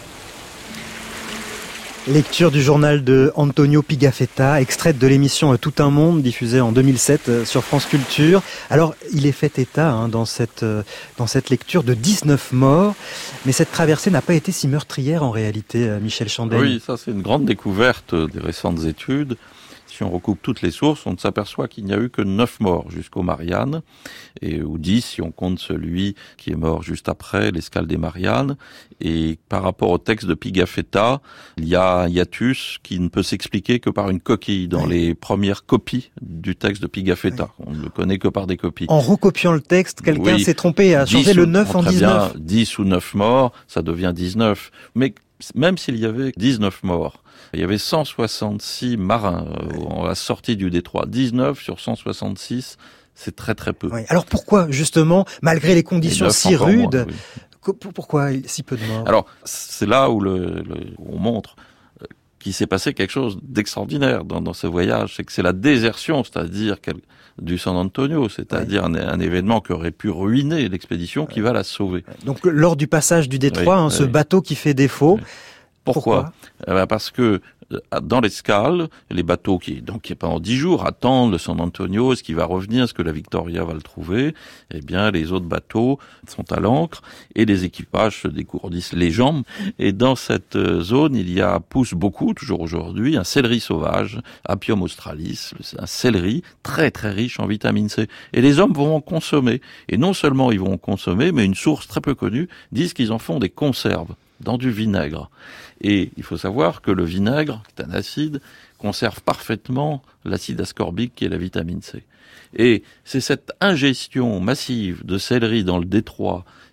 Lecture du journal de Antonio Pigafetta, extraite de l'émission Tout un monde, diffusée en deux mille sept sur France Culture. Alors, il est fait état hein, dans cette dans cette lecture de dix-neuf morts, mais cette traversée n'a pas été si meurtrière en réalité, Michel Chandaigne. Oui, ça c'est une grande découverte des récentes études. Si on recoupe toutes les sources, on s'aperçoit qu'il n'y a eu que neuf morts jusqu'aux Mariannes, et, ou dix si on compte celui qui est mort juste après l'escale des Mariannes. Et par rapport au texte de Pigafetta, il y a un hiatus qui ne peut s'expliquer que par une coquille dans oui. les premières copies du texte de Pigafetta. Oui. On ne le connaît que par des copies. En recopiant le texte, quelqu'un oui. s'est trompé, a changé le neuf en dix-neuf. Bien, dix ou neuf morts, ça devient dix-neuf. Mais même s'il y avait dix-neuf morts, il y avait cent soixante-six marins euh, à la sortie du détroit. dix-neuf sur cent soixante-six, c'est très très peu. Oui. Alors pourquoi, justement, malgré les conditions si rudes, moins, oui. pourquoi si peu de morts ? Alors, c'est là où le, le, on montre qu'il s'est passé quelque chose d'extraordinaire dans, dans ce voyage. C'est que c'est la désertion, c'est-à-dire du San Antonio, c'est-à-dire oui. un, un événement qui aurait pu ruiner l'expédition qui va la sauver. Donc, lors du passage du détroit, oui, hein, oui. ce bateau qui fait défaut... Oui. Pourquoi, Pourquoi Parce que dans l'escale, les bateaux qui, donc, qui pendant dix jours attendent le San Antonio, est-ce qu'il va revenir, est-ce que la Victoria va le trouver? Eh bien, les autres bateaux sont à l'ancre et les équipages se dégourdissent les jambes. Et dans cette zone, il y a, pousse beaucoup, toujours aujourd'hui, un céleri sauvage, Apium australis, un céleri très très riche en vitamine C. Et les hommes vont en consommer. Et non seulement ils vont en consommer, mais une source très peu connue disent qu'ils en font des conserves dans du vinaigre. Et il faut savoir que le vinaigre, qui est un acide, conserve parfaitement l'acide ascorbique qui est la vitamine C. Et c'est cette ingestion massive de céleri dans le détroit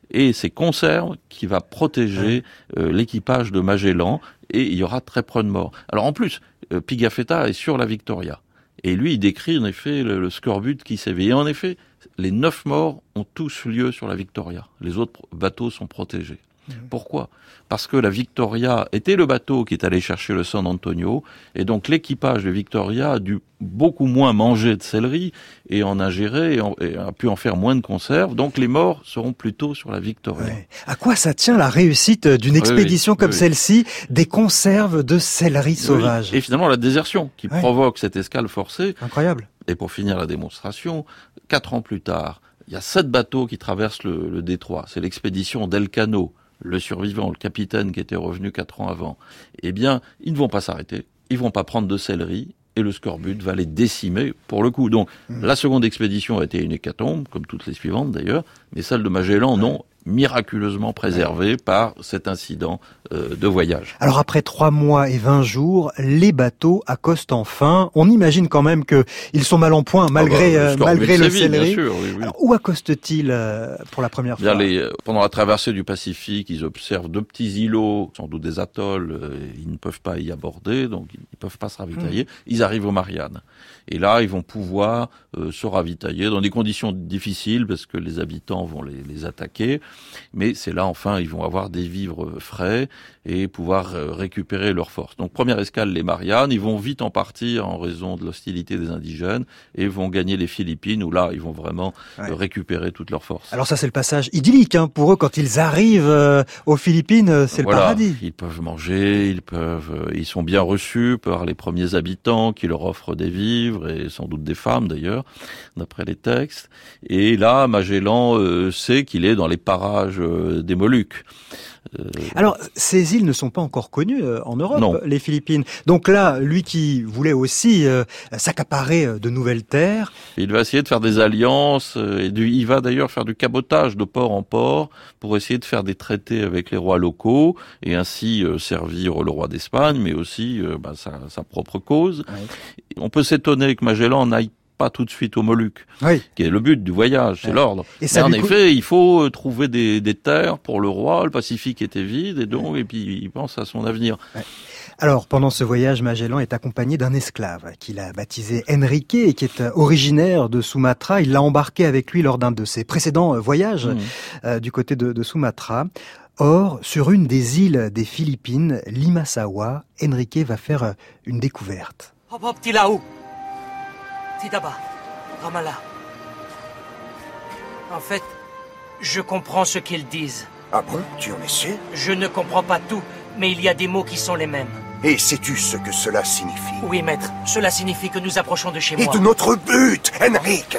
et ces conserves qui va protéger euh, l'équipage de Magellan, et il y aura très peu de morts. Alors en plus, euh, Pigafetta est sur la Victoria, et lui il décrit en effet le, le scorbut qui s'éveille. Et en effet, les neuf morts ont tous lieu sur la Victoria. Les autres bateaux sont protégés. Mmh. Pourquoi ? Parce que la Victoria était le bateau qui est allé chercher le San Antonio, et donc l'équipage de Victoria a dû beaucoup moins manger de céleri et en ingérer et, en, et a pu en faire moins de conserves. Donc les morts seront plutôt sur la Victoria. Ouais. À quoi ça tient la réussite d'une expédition oui, oui, comme oui. celle-ci, des conserves de céleri sauvage ? Oui. Et finalement la désertion qui ouais. provoque cette escale forcée. Incroyable. Et pour finir la démonstration, quatre ans plus tard, il y a sept bateaux qui traversent le, le détroit. C'est l'expédition d'Elcano. Le survivant, le capitaine qui était revenu quatre ans avant, eh bien, ils ne vont pas s'arrêter, ils vont pas prendre de céleri, et le scorbut va les décimer pour le coup. Donc, mmh. la seconde expédition a été une hécatombe, comme toutes les suivantes d'ailleurs, mais celle de Magellan, non, miraculeusement préservée par cet incident euh, de voyage. Alors après trois mois et vingt jours, les bateaux accostent enfin. On imagine quand même qu'ils sont mal en point malgré, ah bah, le, euh, malgré le céleri. Bien sûr, oui, oui. Alors, où accostent-ils euh, pour la première bien, fois les, euh, Pendant la traversée du Pacifique, ils observent deux petits îlots, sans doute des atolls. Euh, ils ne peuvent pas y aborder, donc ils ne peuvent pas se ravitailler. Mmh. Ils arrivent aux Mariannes. Et là, ils vont pouvoir euh, se ravitailler dans des conditions difficiles parce que les habitants vont les, les attaquer. Mais c'est là, enfin, ils vont avoir des vivres frais et pouvoir euh, récupérer leurs forces. Donc, première escale, les Mariannes. Ils vont vite en partir en raison de l'hostilité des indigènes et vont gagner les Philippines où là, ils vont vraiment ouais. euh, récupérer toutes leurs forces. Alors ça, c'est le passage idyllique hein, pour eux. Quand ils arrivent euh, aux Philippines, c'est voilà, le paradis. Ils peuvent manger, ils peuvent, euh, ils sont bien reçus par les premiers habitants qui leur offrent des vivres et sans doute des femmes d'ailleurs, d'après les textes. Et là, Magellan euh, sait qu'il est dans les parages euh, des Moluques. Euh... Alors, ces îles ne sont pas encore connues euh, en Europe, non. les Philippines. Donc là, lui qui voulait aussi euh, s'accaparer de nouvelles terres... Il va essayer de faire des alliances, euh, et du, il va d'ailleurs faire du cabotage de port en port pour essayer de faire des traités avec les rois locaux et ainsi euh, servir le roi d'Espagne, mais aussi euh, bah, sa, sa propre cause. Ouais. On peut s'étonner que Magellan n'aille pas tout de suite aux Moluques, oui. qui est le but du voyage, c'est ouais. l'ordre. Et ça, mais en coup... effet, il faut trouver des, des terres pour le roi, le Pacifique était vide, et donc, ouais. et puis il pense à son avenir. Ouais. Alors, pendant ce voyage, Magellan est accompagné d'un esclave qu'il a baptisé Enrique et qui est originaire de Sumatra. Il l'a embarqué avec lui lors d'un de ses précédents voyages mmh. euh, du côté de, de Sumatra. Or, sur une des îles des Philippines, Limasawa, Enrique va faire une découverte. Hop, hop, t'es là-haut. Tidaba, Ramallah. En fait, je comprends ce qu'ils disent. Ah bon? Tu en es sûr? Je ne comprends pas tout, mais il y a des mots qui sont les mêmes. Et sais-tu ce que cela signifie? Oui, maître. Cela signifie que nous approchons de chez Et moi. Et de notre but, Enrique!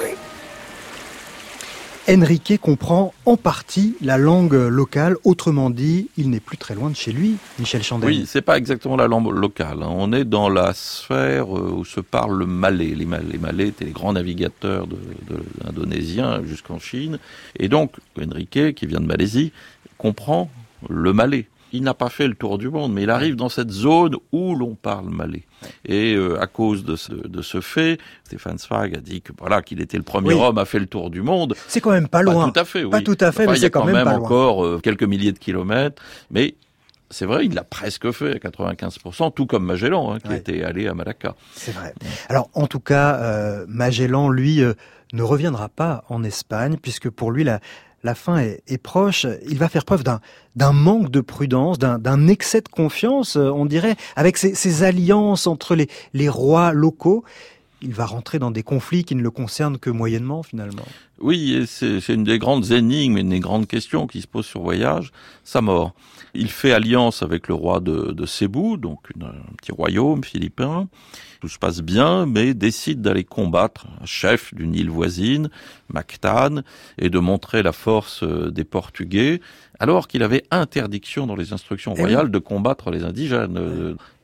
Enrique comprend en partie la langue locale, autrement dit, il n'est plus très loin de chez lui, Michel Chandel. Oui, c'est pas exactement la langue locale. Hein. On est dans la sphère où se parle le malais. Les malais, les malais étaient les grands navigateurs de, de l'Indonésien jusqu'en Chine. Et donc, Enrique, qui vient de Malaisie, comprend le malais. Il n'a pas fait le tour du monde, mais il arrive dans cette zone où l'on parle malais. Et euh, à cause de ce, de ce fait, Stefan Zweig a dit que voilà qu'il était le premier oui. homme à faire le tour du monde. C'est quand même pas loin. Pas tout à fait, oui. Pas tout à fait, enfin, mais c'est quand, quand même pas loin. Il y a quand même encore euh, quelques milliers de kilomètres, mais c'est vrai, il l'a presque fait à quatre-vingt-quinze pour cent, tout comme Magellan, hein, qui ouais. était allé à Malacca. C'est vrai. Alors, en tout cas, euh, Magellan, lui, euh, ne reviendra pas en Espagne, puisque pour lui, la La fin est, est proche. Il va faire preuve d'un, d'un manque de prudence, d'un, d'un excès de confiance, on dirait, avec ces, ces alliances entre les, les rois locaux. Il va rentrer dans des conflits qui ne le concernent que moyennement, finalement. Oui, et c'est, c'est une des grandes énigmes, une des grandes questions qui se posent sur voyage, sa mort. Il fait alliance avec le roi de, de Cébou, donc une, un petit royaume philippin. Tout se passe bien, mais décide d'aller combattre un chef d'une île voisine, Mactan, et de montrer la force des Portugais, alors qu'il avait interdiction dans les instructions royales de combattre les indigènes.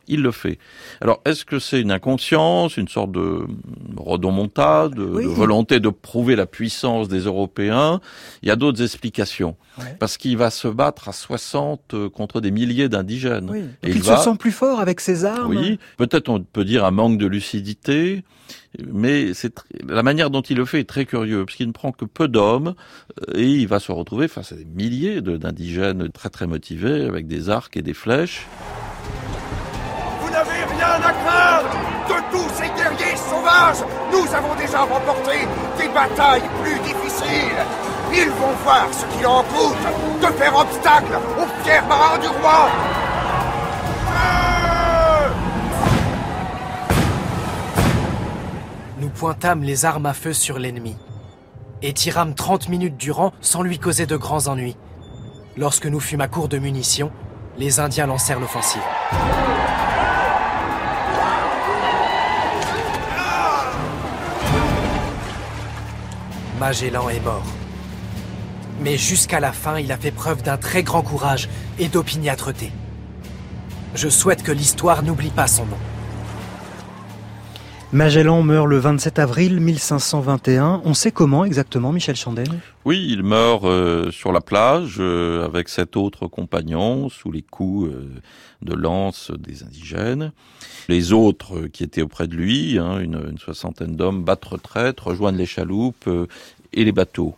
il le fait. Alors, est-ce que c'est une inconscience, une sorte de rodomontade, de, oui. de volonté de prouver la puissance des Européens? Il y a d'autres explications. Ouais. Parce qu'il va se battre à soixante contre des milliers d'indigènes. Oui. Et il, il va... se sent plus fort avec ses armes. Oui, peut-être on peut dire un manque de lucidité, mais c'est tr... la manière dont il le fait est très curieux, parce qu'il ne prend que peu d'hommes, et il va se retrouver face à des milliers de, d'indigènes très très motivés, avec des arcs et des flèches. Vous n'avez rien à craindre de tous ces guerriers sauvages. Nous avons déjà remporté des batailles plus difficiles. Ils vont voir ce qu'il en coûte de faire obstacle aux fiers marins du roi. Nous pointâmes les armes à feu sur l'ennemi et tirâmes trente minutes durant sans lui causer de grands ennuis. Lorsque nous fûmes à court de munitions, les Indiens lancèrent l'offensive. Magellan est mort. Mais jusqu'à la fin, il a fait preuve d'un très grand courage et d'opiniâtreté. Je souhaite que l'histoire n'oublie pas son nom. Magellan meurt le vingt-sept avril mille cinq cent vingt et un. On sait comment exactement, Michel Chandaigne ? Oui, il meurt euh, sur la plage euh, avec sept autres compagnons sous les coups euh, de lance des indigènes. Les autres euh, qui étaient auprès de lui, hein, une, une soixantaine d'hommes, battent retraite, rejoignent les chaloupes euh, et les bateaux.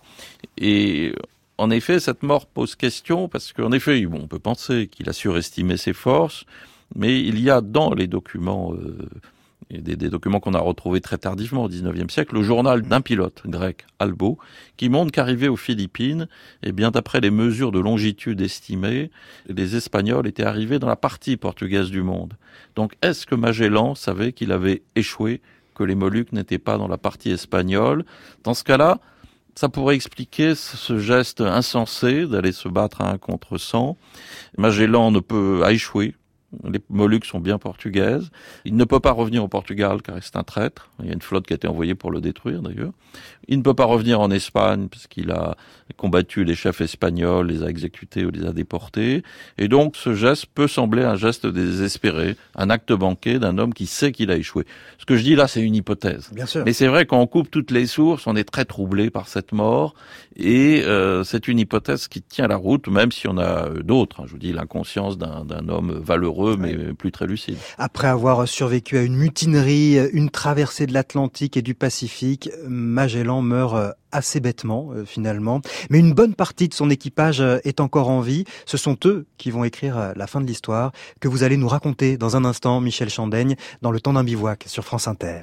Et en effet, cette mort pose question parce qu'en effet, bon, on peut penser qu'il a surestimé ses forces, mais il y a dans les documents... Euh, Et des, des documents qu'on a retrouvés très tardivement au dix-neuvième siècle, le journal d'un pilote grec, Albo, qui montre qu'arrivé aux Philippines, eh bien, d'après les mesures de longitude estimées, les Espagnols étaient arrivés dans la partie portugaise du monde. Donc, est-ce que Magellan savait qu'il avait échoué, que les Moluques n'étaient pas dans la partie espagnole? Dans ce cas-là, ça pourrait expliquer ce geste insensé d'aller se battre à un contre cent. Magellan ne peut, a échoué. Les Moluques sont bien portugaises. Il ne peut pas revenir au Portugal car c'est un traître. Il y a une flotte qui a été envoyée pour le détruire d'ailleurs. Il ne peut pas revenir en Espagne parce qu'il a combattu les chefs espagnols, les a exécutés ou les a déportés. Et donc ce geste peut sembler un geste désespéré, un acte banqué d'un homme qui sait qu'il a échoué. Ce que je dis là, c'est une hypothèse. Bien sûr. Mais c'est vrai quand on coupe toutes les sources, on est très troublé par cette mort. Et euh, c'est une hypothèse qui tient la route, même si on a d'autres. Hein. Je vous dis l'inconscience d'un, d'un homme valeureux, mais ouais. plus très lucide. Après avoir survécu à une mutinerie, une traversée de l'Atlantique et du Pacifique, Magellan meurt assez bêtement, euh, finalement. Mais une bonne partie de son équipage est encore en vie. Ce sont eux qui vont écrire la fin de l'histoire, que vous allez nous raconter dans un instant, Michel Chandaigne, dans Le Temps d'un bivouac sur France Inter.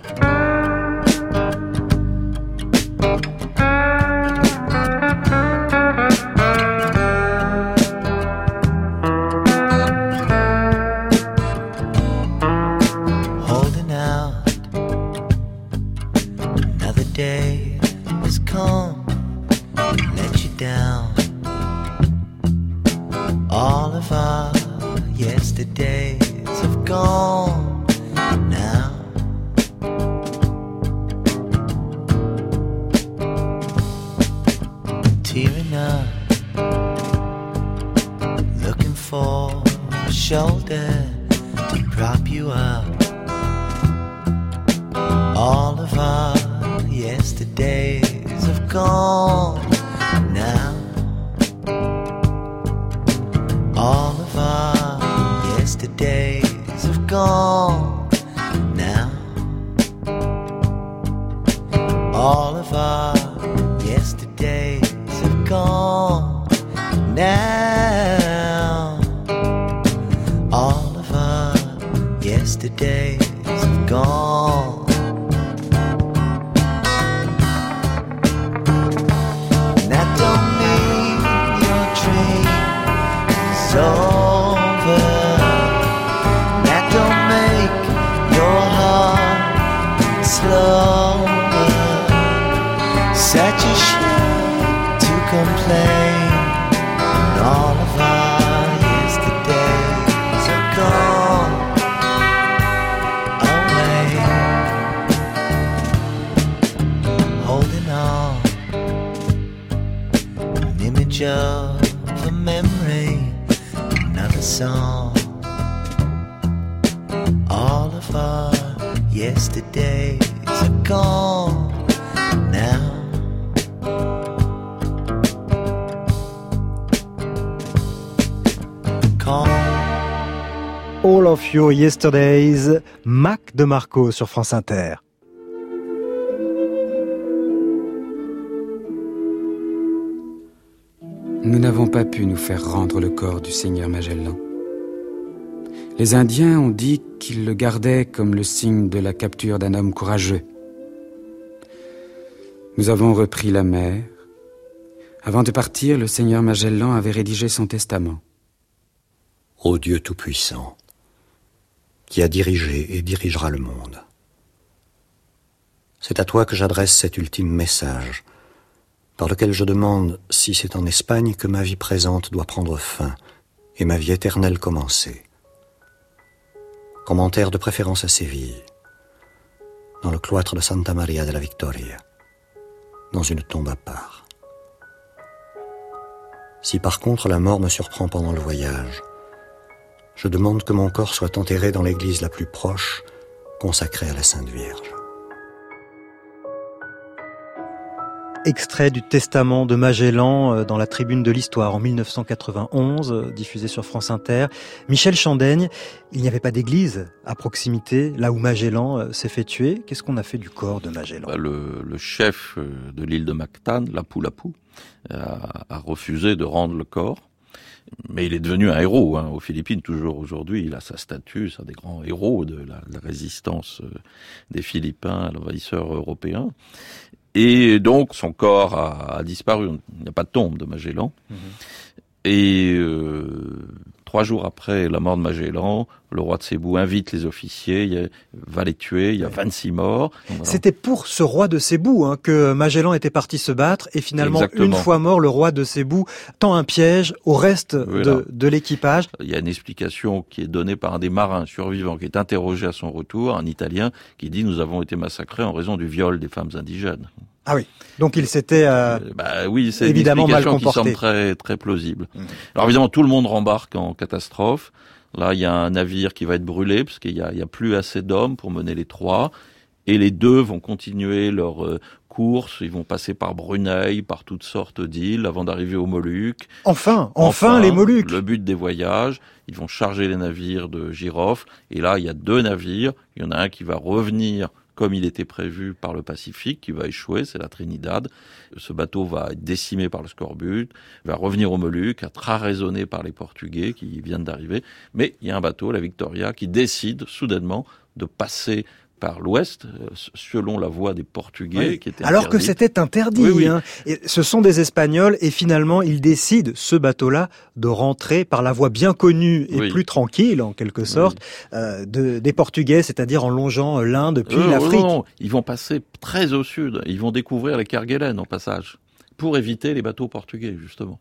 Of a memory, another song. far, yesterdays are gone now. All of Your Yesterdays, Mac DeMarco sur France Inter. Nous n'avons pas pu nous faire rendre le corps du Seigneur Magellan. Les Indiens ont dit qu'ils le gardaient comme le signe de la capture d'un homme courageux. Nous avons repris la mer. Avant de partir, le Seigneur Magellan avait rédigé son testament. Ô Dieu Tout-Puissant, qui a dirigé et dirigera le monde, c'est à toi que j'adresse cet ultime message, par lequel je demande si c'est en Espagne que ma vie présente doit prendre fin et ma vie éternelle commencer. Commentaire de préférence à Séville, dans le cloître de Santa Maria de la Victoria, dans une tombe à part. Si par contre la mort me surprend pendant le voyage, je demande que mon corps soit enterré dans l'église la plus proche, consacrée à la Sainte Vierge. Extrait du Testament de Magellan dans la Tribune de l'Histoire en mille neuf cent quatre-vingt-onze, diffusé sur France Inter. Michel Chandaigne, il n'y avait pas d'église à proximité, là où Magellan s'est fait tuer. Qu'est-ce qu'on a fait du corps de Magellan ? Bah le, le chef de l'île de Mactan, Lapu-Lapu, a, a refusé de rendre le corps. Mais il est devenu un héros, hein, aux Philippines, toujours aujourd'hui. Il a sa statue, c'est un des grands héros de la, la résistance des Philippins à l'envahisseur européen. Et donc, son corps a, a disparu. Il n'y a pas de tombe de Magellan. Mmh. Et euh, trois jours après la mort de Magellan, le roi de Cébou invite les officiers, il va les tuer, il y a vingt-six morts. Voilà. C'était pour ce roi de Cébou hein, que Magellan était parti se battre, et finalement, Exactement. Une fois mort, le roi de Cébou tend un piège au reste voilà. de, de l'équipage. Il y a une explication qui est donnée par un des marins survivants qui est interrogé à son retour, un Italien, qui dit « Nous avons été massacrés en raison du viol des femmes indigènes ». Ah oui, donc il s'était euh, bah oui, c'est évidemment une explication mal comporté. Qui semble très très plausible. Mmh. Alors évidemment, tout le monde rembarque en catastrophe. Là, il y a un navire qui va être brûlé parce qu'il y a, il y a plus assez d'hommes pour mener les trois, et les deux vont continuer leur euh, course. Ils vont passer par Brunei, par toutes sortes d'îles, avant d'arriver aux Moluques. Enfin, enfin, enfin les Moluques. Le but des voyages, ils vont charger les navires de girofle, et là, il y a deux navires. Il y en a un qui va revenir comme il était prévu par le Pacifique, qui va échouer, c'est la Trinidad. Ce bateau va être décimé par le scorbut, va revenir aux Moluques, être arraisonné par les Portugais qui viennent d'arriver. Mais il y a un bateau, la Victoria, qui décide soudainement de passer par l'ouest, selon la voie des Portugais, oui. qui était alors que c'était interdit. Oui, oui. Hein. Et ce sont des Espagnols, et finalement, ils décident, ce bateau-là, de rentrer par la voie bien connue et oui. plus tranquille, en quelque sorte, oui. euh, de, des Portugais, c'est-à-dire en longeant l'Inde puis euh, l'Afrique. Non, non, ils vont passer très au sud. Ils vont découvrir les Kerguelen, en passage, pour éviter les bateaux portugais, justement.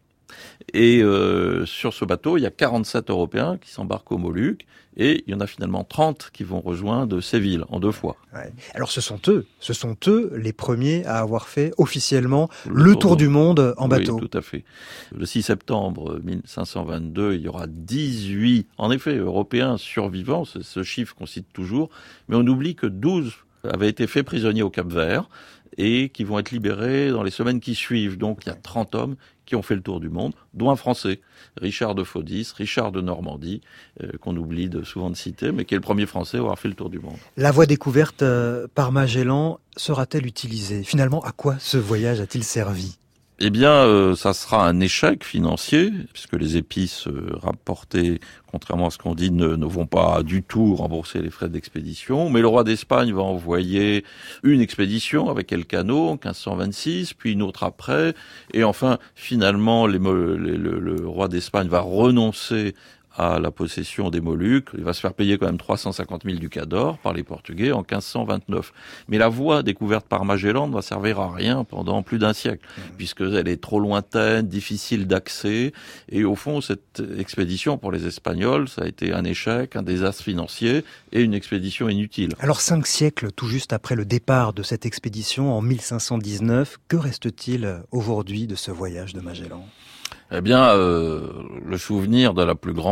Et euh, sur ce bateau, il y a quarante-sept Européens qui s'embarquent aux Moluques, et il y en a finalement trente qui vont rejoindre Séville en deux fois. Ouais. Alors ce sont eux, ce sont eux les premiers à avoir fait officiellement le, le tour, tour du monde en bateau. Oui, tout à fait. Le six septembre mille cinq cent vingt-deux, il y aura dix-huit, en effet, Européens survivants, c'est ce chiffre qu'on cite toujours, mais on oublie que douze avaient été faits prisonniers au Cap-Vert, et qui vont être libérés dans les semaines qui suivent. Donc il y a trente hommes qui ont fait le tour du monde, dont un Français, Richard de Faudis, Richard de Normandie, euh, qu'on oublie de, souvent de citer, mais qui est le premier Français à avoir fait le tour du monde. La voie découverte euh, par Magellan sera-t-elle utilisée ? Finalement, à quoi ce voyage a-t-il servi ? Eh bien, euh, ça sera un échec financier, puisque les épices euh, rapportées, contrairement à ce qu'on dit, ne, ne vont pas du tout rembourser les frais d'expédition. Mais le roi d'Espagne va envoyer une expédition avec Elcano en quinze cent vingt-six, puis une autre après. Et enfin, finalement, les, les, le, le roi d'Espagne va renoncer à la possession des Moluques. Il va se faire payer quand même trois cent cinquante mille ducats d'or par les Portugais en quinze cent vingt-neuf. Mais la voie découverte par Magellan ne va servir à rien pendant plus d'un siècle, mmh. puisqu'elle est trop lointaine, difficile d'accès. Et au fond, cette expédition pour les Espagnols, ça a été un échec, un désastre financier et une expédition inutile. Alors cinq siècles tout juste après le départ de cette expédition en mille cinq cent dix-neuf, que reste-t-il aujourd'hui de ce voyage de Magellan ? Eh bien, euh, le souvenir de la plus grande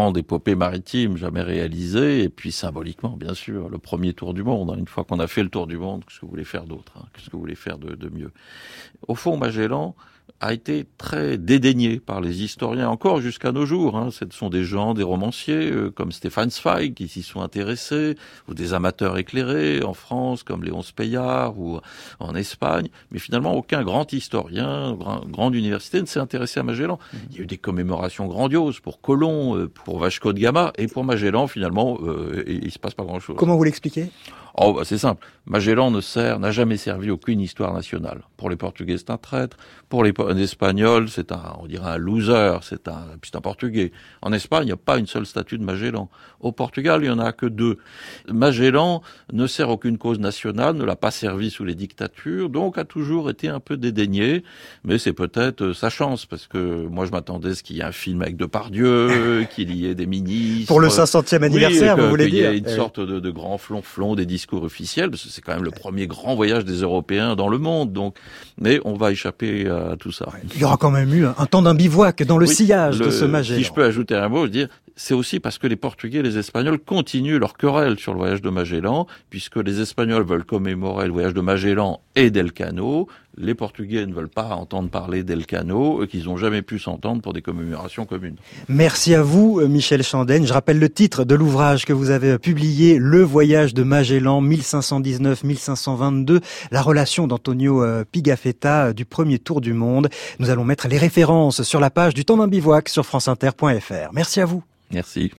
grande épopée maritime jamais réalisée, et puis symboliquement, bien sûr, le premier tour du monde. Une fois qu'on a fait le tour du monde, qu'est-ce que vous voulez faire d'autre, hein? Qu'est-ce que vous voulez faire de, de mieux? Au fond, Magellan a été très dédaigné par les historiens, encore jusqu'à nos jours. Hein. Ce sont des gens, des romanciers, euh, comme Stefan Zweig, qui s'y sont intéressés, ou des amateurs éclairés en France, comme Léonce Peillard, ou en Espagne. Mais finalement, aucun grand historien, grand, grande université ne s'est intéressé à Magellan. Il y a eu des commémorations grandioses pour Colomb, euh, pour Vasco de Gama, et pour Magellan, finalement, euh, il, il se passe pas grand-chose. Comment vous l'expliquez? Oh, bah c'est simple. Magellan ne sert, n'a jamais servi aucune histoire nationale. Pour les Portugais, c'est un traître. Pour les Espagnols, c'est un, on dirait un loser. C'est un, c'est un Portugais. En Espagne, il n'y a pas une seule statue de Magellan. Au Portugal, il y en a que deux. Magellan ne sert aucune cause nationale, ne l'a pas servi sous les dictatures, donc a toujours été un peu dédaigné. Mais c'est peut-être sa chance, parce que moi, je m'attendais à ce qu'il y ait un film avec Depardieu, qu'il y ait des ministres. Pour le cinq centième anniversaire, oui, que, vous voulez qu'il dire? Il y ait une sorte de, de grand flonflon des discours officiels, parce que c'est quand même le premier grand voyage des Européens dans le monde. Donc, mais on va échapper à tout ça. Il y aura quand même eu un temps d'un bivouac dans le oui, sillage le, de ce Magellan. Si je peux ajouter un mot, je veux dire, c'est aussi parce que les Portugais et les Espagnols continuent leur querelle sur le voyage de Magellan, puisque les Espagnols veulent commémorer le voyage de Magellan et d'Elcano. Les Portugais ne veulent pas entendre parler d'Elcano, qu'ils n'ont jamais pu s'entendre pour des commémorations communes. Merci à vous, Michel Chandaigne. Je rappelle le titre de l'ouvrage que vous avez publié, Le voyage de Magellan, mille cinq cent dix-neuf à mille cinq cent vingt-deux, la relation d'Antonio Pigafetta du premier tour du monde. Nous allons mettre les références sur la page du Temps d'un bivouac sur franceinter point f r. Merci à vous. Merci.